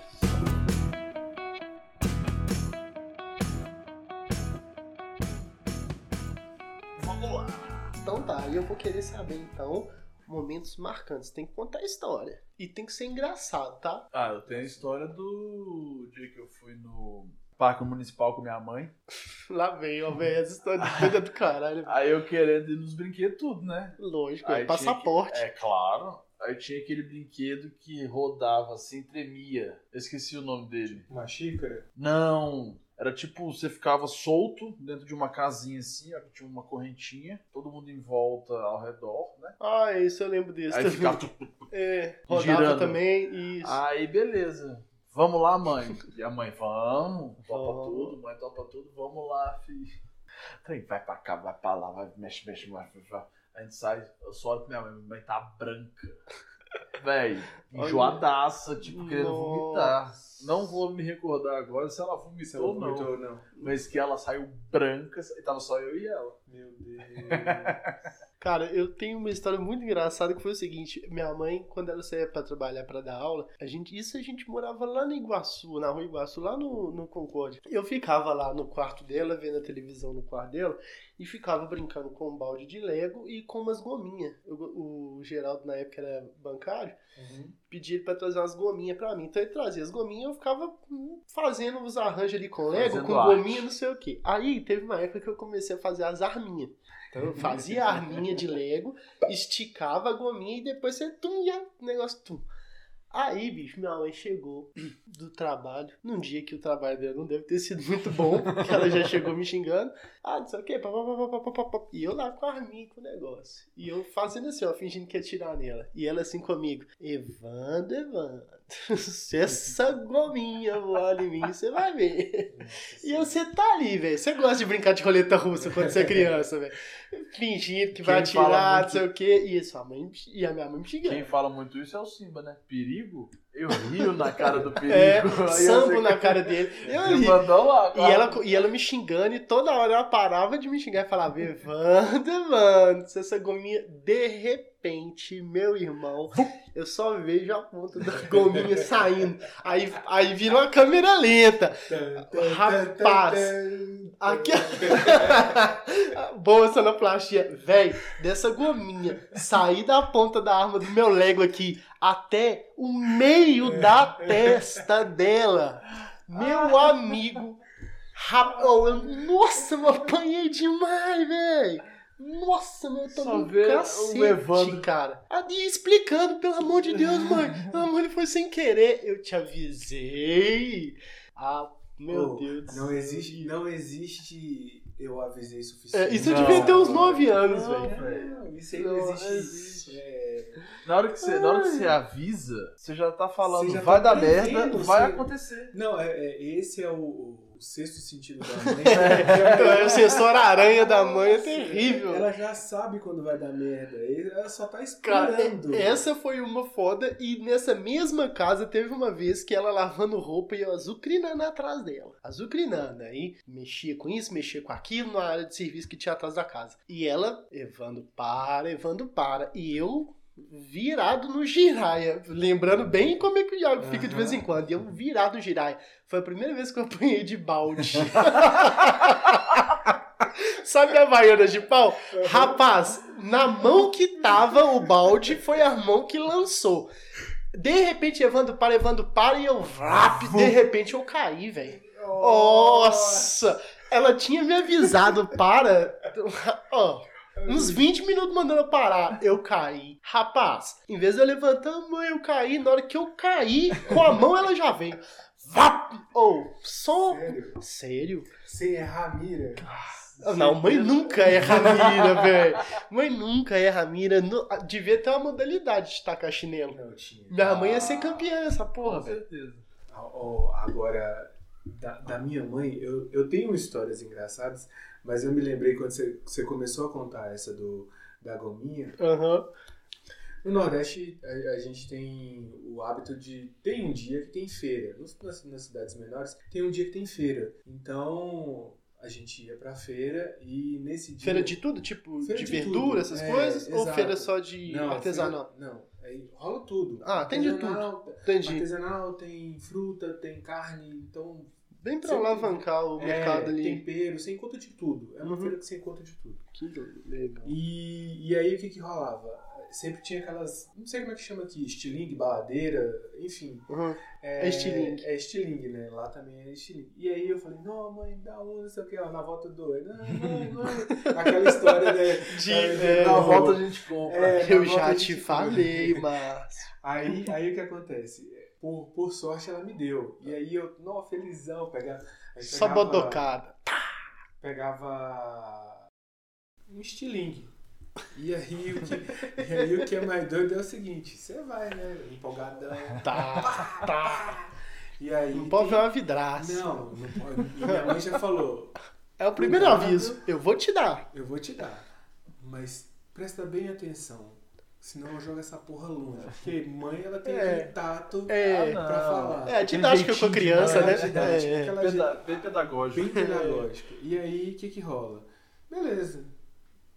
Vamos lá. Então tá, e eu vou querer saber então momentos marcantes. Tem que contar a história. E tem que ser engraçado, tá? Ah, eu tenho a história do dia que eu fui no Parque Municipal com minha mãe. Lá vem, ó, velho, essa história de vida do caralho. Aí eu querendo ir nos brinquedos tudo, né? Lógico, Aí é tinha passaporte. que- É claro. Aí tinha aquele brinquedo que rodava assim, tremia. Eu esqueci o nome dele. Uma xícara? Não. Era tipo, você ficava solto dentro de uma casinha assim, ó, que tinha uma correntinha, todo mundo em volta ao redor, né? Ah, isso eu lembro desse Aí também. ficava tudo. É, rodava girando. também, isso. Aí beleza. Vamos lá, mãe. E a mãe, vamos, topa Vamos. tudo, mãe topa tudo, vamos lá, filho. Trem, vai pra cá, vai pra lá, vai, mexe, mexe, vai, vai, vai. A gente sai, eu só olho pra minha mãe, minha mãe tá branca. Véi, enjoadaça, tipo, querendo Nossa. vomitar. Não vou me recordar agora se ela vomitou Você não ou não. vomitou, não. Mas que ela saiu branca e tava só eu e ela. Meu Deus. Cara, eu tenho uma história muito engraçada que foi o seguinte, minha mãe, quando ela saía pra trabalhar, pra dar aula, a gente, isso a gente morava lá no Iguaçu, na rua Iguaçu, lá no, no Concórdia. Eu ficava lá no quarto dela, vendo a televisão no quarto dela, e ficava brincando com um balde de Lego e com umas gominhas. O, o Geraldo, na época, era bancário, uhum. Pedi ele pra trazer umas gominhas pra mim. Então ele trazia as gominhas e eu ficava fazendo os arranjos ali com Lego, fazendo com gominha, não sei o quê. Aí teve uma época que eu comecei a fazer as arminhas. Então eu fazia a arminha de Lego, esticava a gominha e depois você tum, ia, o negócio tum. Aí, bicho, minha mãe chegou do trabalho, num dia que o trabalho dela não deve ter sido muito bom, que ela já chegou me xingando. Ah, não sei o quê, papapá. E eu lá com a arminha com o negócio. E eu fazendo assim, ó, fingindo que ia tirar nela. E ela assim comigo, Evandro, Evandro, se essa gominha voar em mim, você vai ver. E você tá ali, velho. Você gosta de brincar de roleta russa quando você é criança, velho. Fingindo que vai atirar, não sei o quê. E a sua mãe e a minha mãe me xingando. Quem fala muito isso é o Simba, né? Perigo? Eu rio na cara do perigo. É, sambo na cara dele. Eu ri. Lá, e, ela, e ela me xingando e toda hora ela parava de me xingar e falava, Evandro, Evandro, se essa gominha, de repente, meu irmão, eu só vejo a ponta da gominha saindo. Aí, aí vira uma câmera lenta. Rapaz. Aqui... Boa sonoplastia. Véi, dessa gominha sair da ponta da arma do meu Lego aqui até o meio da testa dela. Meu amigo. Rap... Oh, eu... Nossa, eu apanhei demais, velho. Nossa, meu, eu tô Só no ver cacete, o Evandro, cara. Ali explicando, pelo amor de Deus, mãe. Pelo amor de Deus, foi sem querer. Eu te avisei. Ah, meu oh, Deus. Não existe, não existe eu avisei suficiente. É, isso eu não, devia ter uns não, nove anos, velho. Não, isso aí não, não existe. É... Na hora que você, na hora que você avisa, você já tá falando, já vai tá dar merda, você... vai acontecer. Não, é, é, esse é o, o sexto sentido da mãe. É, o sensor aranha da mãe é terrível. Ela já sabe quando vai dar merda. Ela só tá esperando. Cara, essa foi uma foda. E nessa mesma casa teve uma vez que ela lavando roupa e eu azucrinando atrás dela. Azucrinando. Aí mexia com isso, mexia com aquilo na área de serviço que tinha atrás da casa. E ela, Evandro, para, Evandro, para. E eu virado no giraia. Lembrando bem como é que o Iago fica uhum. de vez em quando. E eu virado no giraia. Foi a primeira vez que eu apanhei de balde. Sabe a Havaiana de pau? Uhum. Rapaz, na mão que tava o balde, foi a mão que lançou. De repente, Evandro para, Evandro para, e eu vrap, de repente eu caí, velho. Nossa! Ela tinha me avisado para... Ó... Uns vinte minutos mandando eu parar. Eu caí. Rapaz, em vez de eu levantar a mão, eu caí. Na hora que eu caí, com a mão ela já veio. Vap! Oh, só... Sério? Sério? Sem errar a mira? Não, mãe nunca erra a mira, velho. Mãe nunca erra a mira. Devia ter uma modalidade de tacar chinelo. Não tinha. Minha mãe ia ser campeã nessa porra. Com certeza. Oh, agora, da, da minha mãe, eu, eu tenho histórias engraçadas, mas eu me lembrei quando você, você começou a contar essa do, da gominha. Aham. Uhum. No Nordeste, a, a gente tem o hábito de... Tem um dia que tem feira. Nas, nas cidades menores, tem um dia que tem feira. Então, a gente ia pra feira e nesse dia... Feira de tudo? Tipo, feira de, de verdura, tudo. essas É, coisas? exato. Ou feira só de não, artesanal? Feira, não, aí rola tudo. Ah, tem de tudo. Entendi. Artesanal, tem fruta, tem carne, então... Bem pra alavancar o mercado é, ali. Tempero, você encontra de tudo. É uma uhum. feira que você encontra de tudo. Que legal. E, e aí o que que rolava? Sempre tinha aquelas, não sei como é que chama aqui, estilingue, baladeira, enfim. Uhum. É, é estilingue. É estilingue, né? Lá também é estilingue. E aí eu falei, não, mãe, dá um, não sei o que, ó, na volta do dois. Não, não, não. Aquela história, né? De, é, na volta a gente compra. É, eu já te falei, Márcio. Aí, aí o que acontece? Por, por sorte ela me deu. E aí eu, não, felizão, pegava... Só bodocada. Pegava um estilingue. E aí, o que, e aí o que é mais doido é o seguinte, você vai, né, empolgadão. Tá, pá, tá. E aí, não pode ver uma vidraça. Não, não pode. E minha mãe já falou. É o primeiro cuidado, aviso, eu vou te dar. Eu vou te dar, mas presta bem atenção. Senão eu jogo essa porra longe. Porque mãe, ela tem é. aquele tato é. pra falar. É, a didática com a criança, né? Didática, é. Aquela Peda- bem pedagógico. Bem pedagógico. E aí, o que que rola? Beleza.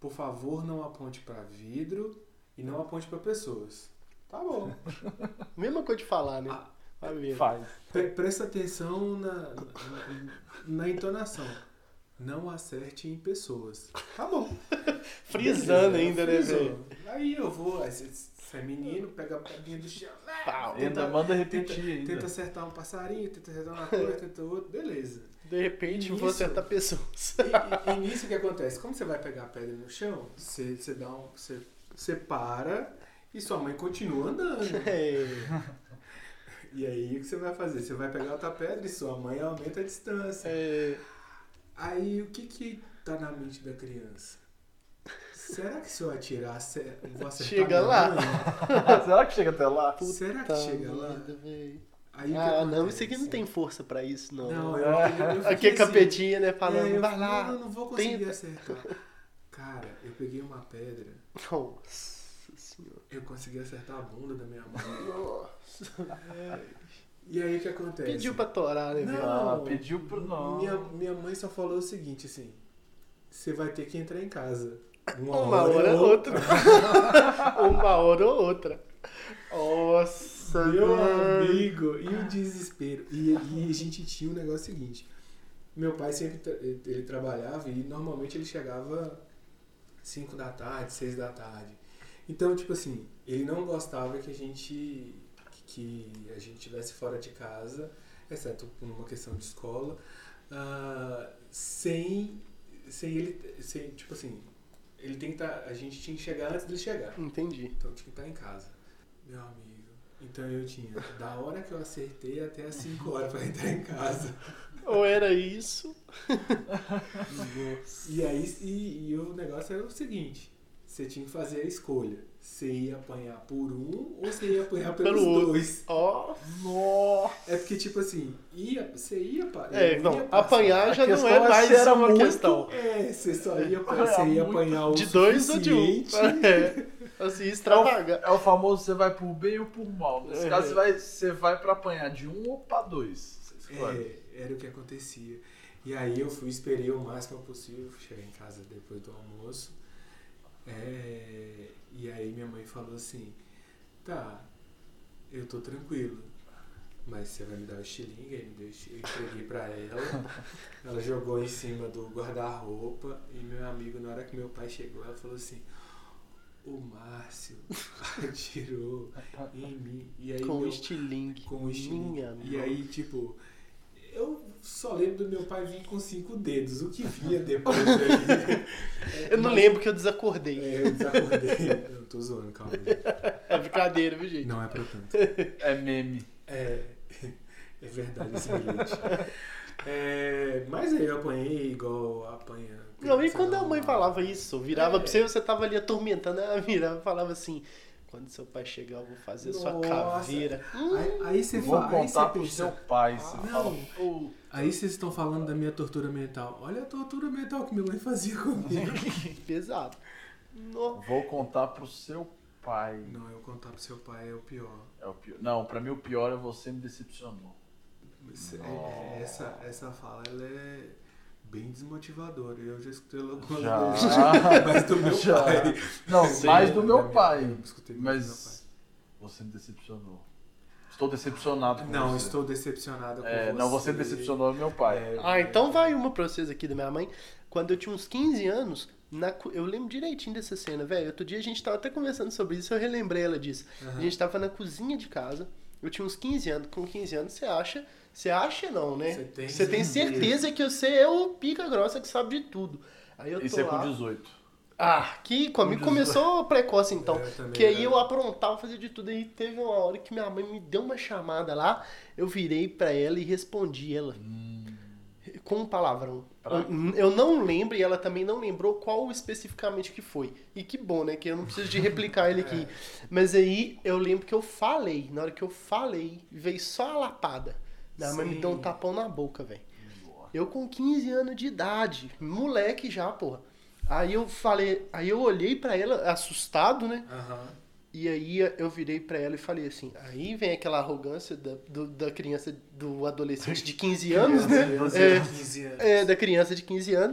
por favor, não aponte para vidro e não aponte para pessoas. Tá bom. Mesma coisa de falar, né? Ah, Vai ver. Faz. Pre- presta atenção na, na, na entonação. Não acerte em pessoas. Tá bom. Frisando Beleza, ainda, né, frisou. velho? Aí eu vou, aí você você é menino, pega a pedrinha do chão. Pau. Ainda manda tenta, repetir ainda. tenta acertar um passarinho, tenta acertar uma coisa, tenta outro, beleza. De repente, eu vou Isso. acertar pessoas. E, e, e nisso que acontece? Como você vai pegar a pedra no chão, você, você dá um. Você, você para e sua mãe continua andando. É. E aí o que você vai fazer? Você vai pegar outra pedra e sua mãe aumenta a distância. É. Aí o que que tá na mente da criança? Será que se eu atirar, acer- eu vou acertar Chega minha lá. mãe? Será que chega até lá? Será que Tá chega lá? merda, velho. Aí o que Ah, não, acontece? isso aqui não tem força pra isso, não. Não, eu, eu, eu Aqui é fiquei assim, capetinha, né? Falando, é, eu, vai lá. não, eu não vou conseguir tenta. acertar. Cara, eu peguei uma pedra, Nossa senhora. eu consegui acertar a bunda da minha mãe. Nossa. E aí o que acontece? Pediu pra torar, né, Não, velho? Ah, pediu pro não. Minha, minha mãe só falou o seguinte, assim, você vai ter que entrar em casa. Uma, Uma hora, hora ou ou outra. Uma hora ou outra. Nossa, Meu velho. amigo, e o desespero. E, e a gente tinha um negócio seguinte. Meu pai sempre tra- ele trabalhava e normalmente ele chegava cinco da tarde, seis da tarde. Então, tipo assim, ele não gostava que a gente que a gente estivesse fora de casa, exceto por uma questão de escola, ah, sem sem ele, sem, tipo assim, ele tem que tá, a gente tinha que chegar antes dele chegar. Entendi. Então tinha que estar em casa. Meu amigo. Então eu tinha da hora que eu acertei até as cinco horas pra entrar em casa. Ou era isso. E aí e, e o negócio era o seguinte, você tinha que fazer a escolha. Você ia apanhar por um ou você ia apanhar pelos Pelo outro. dois. Ó. Nossa. É porque, tipo assim, ia, você ia pa- É, ia não, passar. apanhar já A não questão é é mais se era uma muito- questão. É, você só ia, Apanhar você ia muito. apanhar o De dois ou de um. suficiente. É. Assim, extravagar. É o famoso você vai por bem ou por mal. Nesse É. caso, você vai, você vai pra apanhar de um ou pra dois. Você escolhe. É, era o que acontecia. E aí eu fui, esperei o máximo possível, cheguei em casa depois do almoço. É, e aí minha mãe falou assim, tá, eu tô tranquilo, mas você vai me dar o estilingue? Aí me deu o estilingue, eu entreguei pra ela, ela jogou em cima do guarda-roupa e meu amigo, na hora que meu pai chegou, ela falou assim, o Márcio atirou em mim. E aí Com o meu- estilingue. com o estilingue. Minha E aí, tipo, eu só lembro do meu pai vir com cinco dedos. O que vinha depois daí? Eu não lembro que eu desacordei. É, eu desacordei. Eu tô zoando, calma. Gente. É brincadeira, viu, gente? Não é pra tanto. É meme. É, é verdade esse bilhete. É, mas aí eu apanhei igual apanha. Não, e quando a mãe normal. falava isso, virava É. pra você, você tava ali atormentando, ela virava e falava assim, quando seu pai chegar eu vou fazer a sua Nossa. caveira. Aí, aí você Vou fala, aí você contar pro pensa, seu pai. Você não. fala, pô, aí vocês estão falando da minha tortura mental. Olha a tortura mental que minha mãe fazia comigo. Pesado. No- vou contar pro seu pai. Não, eu contar pro seu pai é o pior. É o pior. Não, pra mim o pior é você me decepcionou. Esse- é- é- Essa, essa fala ela é bem desmotivadora. Eu já escutei ela algumas Já. vezes. Mas do meu Já. pai. Não, Sim, mais do da meu minha- pai. eu escutei mais do meu Mas você me decepcionou. Estou decepcionado pai. com Não, você. estou decepcionada com É, você. não, você decepcionou meu pai. É, Ah, então vai uma pra vocês aqui da minha mãe. Quando eu tinha uns quinze anos, na co- eu lembro direitinho dessa cena, velho. Outro dia a gente tava até conversando sobre isso, eu relembrei ela disso. Aham. A gente tava na cozinha de casa, eu tinha uns quinze anos. Com quinze anos você acha... Você acha não, né? Você tem Você tem certeza que você é o pica grossa que sabe de tudo. Aí eu tô Isso é lá... com dezoito. Ah, que comigo começou precoce então. É, eu também, que aí né? eu aprontava, fazia de tudo. Aí teve uma hora que minha mãe me deu uma chamada lá, eu virei pra ela e respondi ela. Com um palavrão. Pra- Eu, eu não lembro e ela também não lembrou qual especificamente que foi. E que bom, né? Que eu não preciso de replicar ele aqui. Mas aí eu lembro que eu falei. Na hora que eu falei, veio só a lapada. Minha mãe me Sim. deu um tapão na boca, velho. Eu com quinze anos de idade, moleque já, porra. Aí eu falei, aí eu olhei pra ela, assustado, né? Aham. E aí eu virei pra ela e falei assim, aí vem aquela arrogância da, do- da criança, do adolescente de quinze anos, né? Criança É, de quinze anos. é, da criança de quinze anos.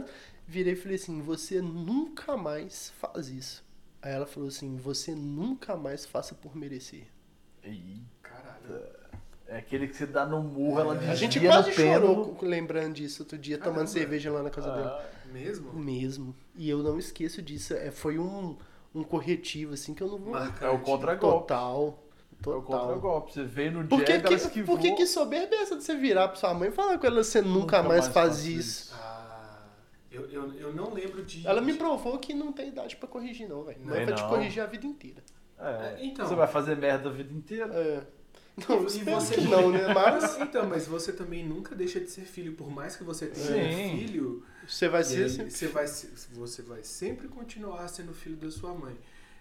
virei e falei assim, você nunca mais faz isso. Aí ela falou assim, você nunca mais faça por merecer. Ih, Caralho. é aquele que você dá no murro, ela desvia A gente no quase pêndulo. chorou com- lembrando disso outro dia, Caramba. tomando cerveja lá na casa dele. Ah, Mesmo? Mesmo. E eu não esqueço disso. É, foi um, um corretivo, assim, que eu não vou... Marcante. é o contra-golpe. Total. É o Total. contra-golpe. Você veio no Por que, jab, ela que, esquivou. por que, que soberba é essa de você virar pra sua mãe e falar com ela, você nunca, Nunca mais mais faz faço isso? Ah, eu, eu, eu não lembro de... Ela me provou que não tem idade pra corrigir, não, velho. Mãe Tem vai te não. corrigir a vida inteira. É, É, então. Você vai fazer merda a vida inteira. É. Não, E espero você que não, né? Mas Então, mas você também nunca deixa de ser filho, por mais que você tenha Sim. um filho, você vai e ser... aí sempre- você, vai, se- você vai sempre continuar sendo filho da sua mãe.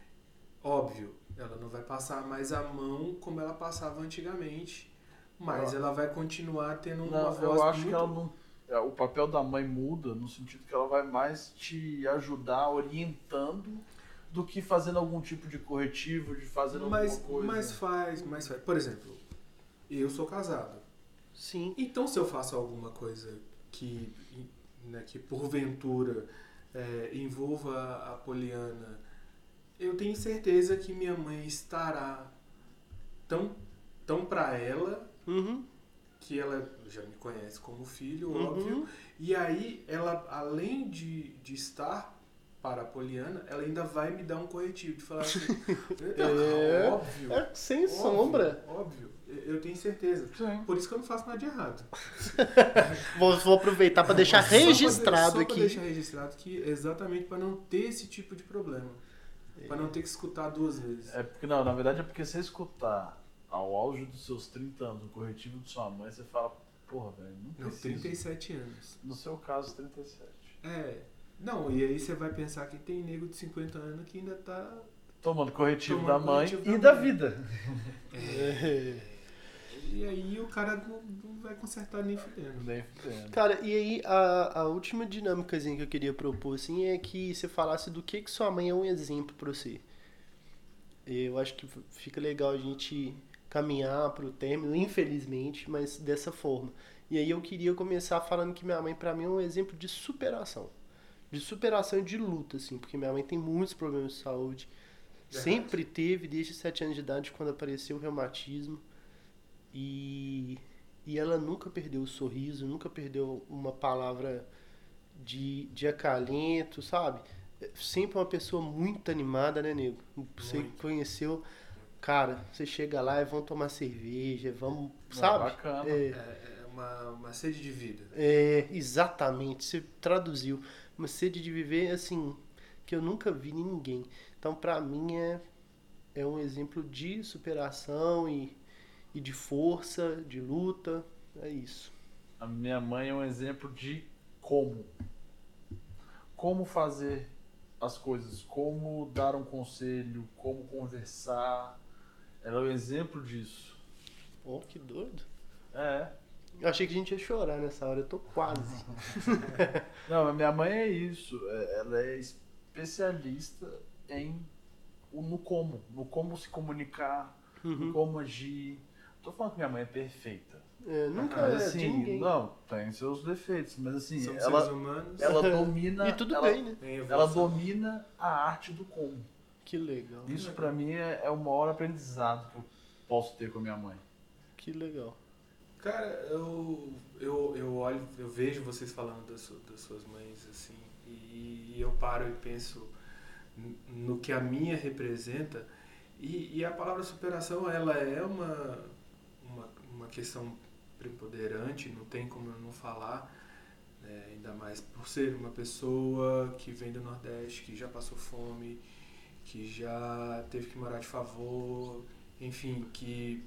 Óbvio, ela não vai passar mais a mão como ela passava antigamente, mas ela vai continuar tendo uma Não, voz eu acho muito... que ela não. é, O papel da mãe muda no sentido que ela vai mais te ajudar orientando do que fazendo algum tipo de corretivo, de fazendo mas, alguma coisa. mas faz, mas faz. Por exemplo, eu sou casado. Sim. Então, se eu faço alguma coisa que, né, que porventura é, envolva a Poliana, eu tenho certeza que minha mãe estará tão, tão pra ela, Uhum. que ela já me conhece como filho, Uhum. óbvio, e aí ela, além de, de estar para a Poliana, ela ainda vai me dar um corretivo, de falar assim, É. óbvio, É sem óbvio, sombra. óbvio, eu tenho certeza. Sim. Por isso que eu não faço nada de errado. Vou, vou aproveitar pra deixar Só pra- registrado só aqui. Pra deixar registrado que exatamente para não ter esse tipo de problema. Para não ter que escutar duas vezes. É porque, não, na verdade é porque você escutar ao auge dos seus trinta anos o corretivo de sua mãe, você fala, porra, velho, não Não, preciso. trinta e sete anos. No seu caso, trinta e sete. É. Não, e aí você vai pensar que tem nego de cinquenta anos que ainda tá. Tomando corretivo Tomando da mãe corretivo e da da mãe. vida. É. E aí o cara não, não vai consertar nem fudendo. Nem fudendo. Cara, e aí a, a última dinâmicazinha que eu queria propor, assim, é que você falasse do que, que sua mãe é um exemplo pra você. Eu acho que fica legal a gente caminhar pro término, infelizmente, mas dessa forma. E aí eu queria começar falando que minha mãe, pra mim, é um exemplo de superação. De superação e de luta, assim, porque minha mãe tem muitos problemas de saúde. Verdade. Sempre teve, desde sete anos de idade, quando apareceu o reumatismo. E, e ela nunca perdeu o sorriso, nunca perdeu uma palavra de, de acalento, sabe? Sempre uma pessoa muito animada, né, nego? Você Muito. conheceu, cara, você chega lá e vão tomar cerveja, vamos, Ah, sabe? bacana. É, É, é uma, uma sede de vida. é, exatamente, você traduziu. Uma sede de viver, assim, que eu nunca vi em ninguém. Então, pra mim, é, é um exemplo de superação e, e de força, de luta. É isso. A minha mãe é um exemplo de como. Como fazer as coisas, como dar um conselho, como conversar. Ela é um exemplo disso. Oh, que doido. É. Eu achei que a gente ia chorar nessa hora, eu tô quase. Não, a minha mãe é isso. É- Ela é especialista em o- no como, no como se comunicar, no Uhum. como agir. Tô falando que minha mãe é perfeita. É, nunca Mas é de assim, ninguém. não, tem seus defeitos, mas assim, São seres ela, humanos. ela domina. E tudo ela, bem, né? em Ela evolução. domina a arte do como. Que legal. Isso pra mim é, é o maior aprendizado que eu posso ter com a minha mãe. Que legal. Cara, eu, eu, eu olho, eu vejo vocês falando das, su- das suas mães, assim, e eu paro e penso n- no que a minha representa, e, e a palavra superação, ela é uma, uma, uma questão preponderante, não tem como eu não falar, né, ainda mais por ser uma pessoa que vem do Nordeste, que já passou fome, que já teve que morar de favor, enfim, que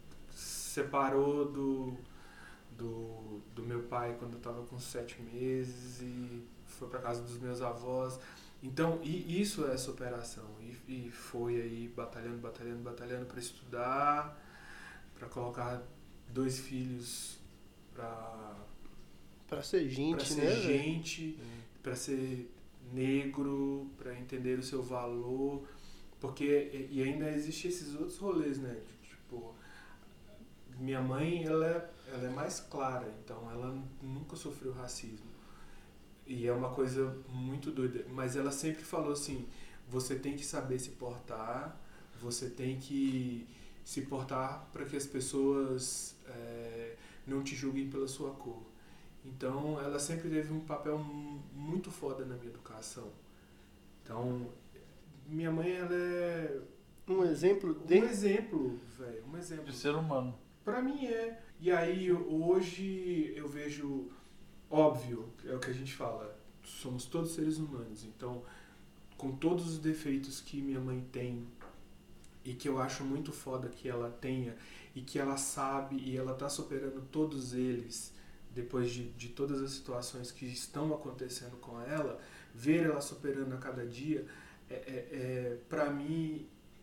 separou do, do, do meu pai quando eu estava com sete meses e foi para casa dos meus avós. Então, e isso é superação. E, e foi aí batalhando, batalhando, batalhando para estudar, para colocar dois filhos para Pra ser gente, para ser né? velho? gente, para ser negro, para entender o seu valor, porque e ainda existem esses outros rolês, né? Tipo, minha mãe, ela é, ela é mais clara, então ela nunca sofreu racismo. E é uma coisa muito doida. Mas ela sempre falou assim, você tem que saber se portar, você tem que se portar para que as pessoas é, não te julguem pela sua cor. Então, ela sempre teve um papel muito foda na minha educação. Então, minha mãe, ela é... Um exemplo de... Um exemplo, velho, um exemplo. De ser humano. Pra mim é. E aí, hoje, eu vejo... Óbvio, é o que a gente fala, somos todos seres humanos. Então, com todos os defeitos que minha mãe tem, e que eu acho muito foda que ela tenha, e que ela sabe, e ela tá superando todos eles, depois de, de todas as situações que estão acontecendo com ela, ver ela superando a cada dia, é, é, é, pra mim,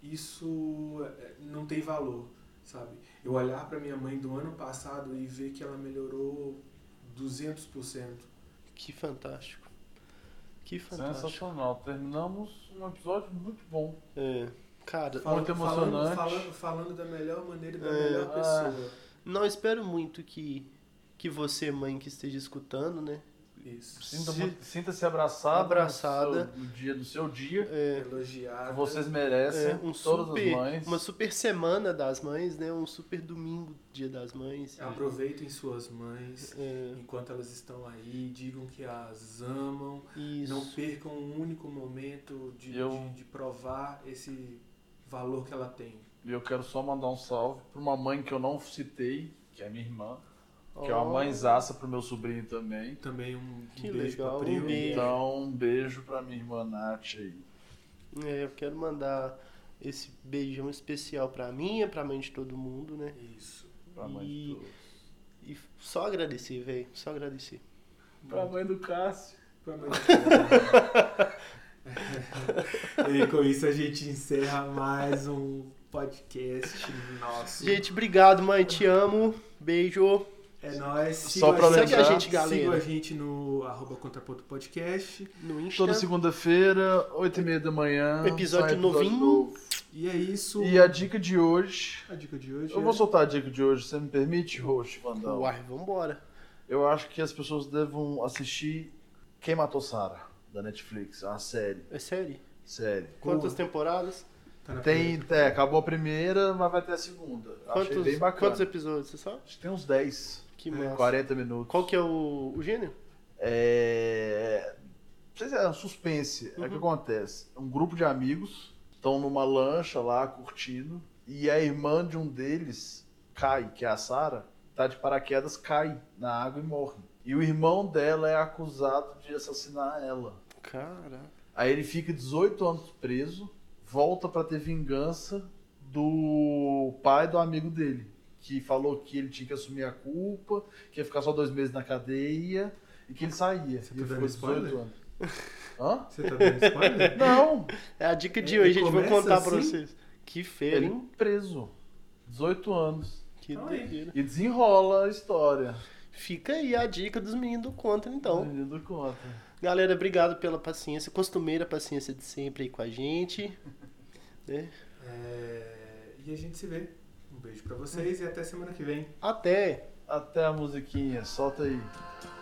isso não tem valor, sabe? Eu olhar pra minha mãe do ano passado e ver que ela melhorou duzentos por cento. Que fantástico. Que fantástico. Sensacional. Terminamos um episódio muito bom. É, cara, Falando, muito emocionante. Falando, falando, falando da melhor maneira e da É, melhor pessoa. não espero muito que, que você, mãe, que esteja escutando, né? Isso. Sinta- Se- Sinta-se abraçada, Abraçada. No, seu- no dia do seu dia. É, Elogiada. Vocês merecem, é, um todas super, as mães. uma super semana das mães, né? Um super domingo, dia das mães. Aproveitem suas mães É, enquanto elas estão aí, digam que as amam, isso. não percam um único momento de, Eu- de, de provar esse valor que ela tem. E eu quero só mandar um salve para uma mãe que eu não citei, que é minha irmã, que é Ó, uma mãezaça pro meu sobrinho também. Também um, Que um beijo legal, pra um Pril. beijo. Então, um beijo pra minha irmã Nath aí. É, eu quero mandar esse beijão especial pra mim, pra mãe de todo mundo, né? Isso. Pra mãe E- de todos. E só agradecer, velho. Só agradecer. Pra mãe do Cássio. Pra mãe. E com isso a gente encerra mais um podcast nosso. Gente, obrigado, mãe. Te amo. Beijo. É nóis. Só Sigam pra a gente- Segue a gente, galera. Sigam a gente no arroba contraponto podcast. No Insta. Toda segunda-feira, oito e meia da manhã. Episódio sai novinho. novo. E é isso. E a dica de hoje. A dica de hoje Eu é... vou soltar a dica de hoje, você me permite, host, Vandão? Uai, vambora. Eu acho que as pessoas devam assistir Quem Matou Sarah, da Netflix, a série. É sério? Série. Quantas temporadas? Tá na Tem, primeira. é, acabou a primeira, mas vai ter a segunda. Achei Quantos, bem bacana. quantos episódios, você sabe? Acho que tem uns dez, Que massa. quarenta minutos. Qual que é o, o gênero? É... Não sei se é um suspense. É o que Uhum. acontece. Um grupo de amigos estão numa lancha lá, curtindo, e a irmã de um deles cai, que é a Sarah, tá de paraquedas, cai na água e morre. E o irmão dela é acusado de assassinar ela. Caraca. Aí ele fica dezoito anos preso, volta pra ter vingança do pai do amigo dele, que falou que ele tinha que assumir a culpa, que ia ficar só dois meses na cadeia e que ele saía. Você E tá ele dando ficou dezoito spoiler? anos. Hã? Você tá dando spoiler? Não! É a dica de Ele hoje, gente. Vou começa contar pra assim? vocês. Que feira, Ele hein? preso. dezoito anos. Que Então aí. doideira. E desenrola a história. Fica aí a dica dos meninos do Contra, então. Menino conta. Galera, obrigado pela paciência, costumeira paciência de sempre aí com a gente. Né? É, E a gente se vê. Um beijo pra vocês e até semana que vem. Até! Até a musiquinha, solta aí.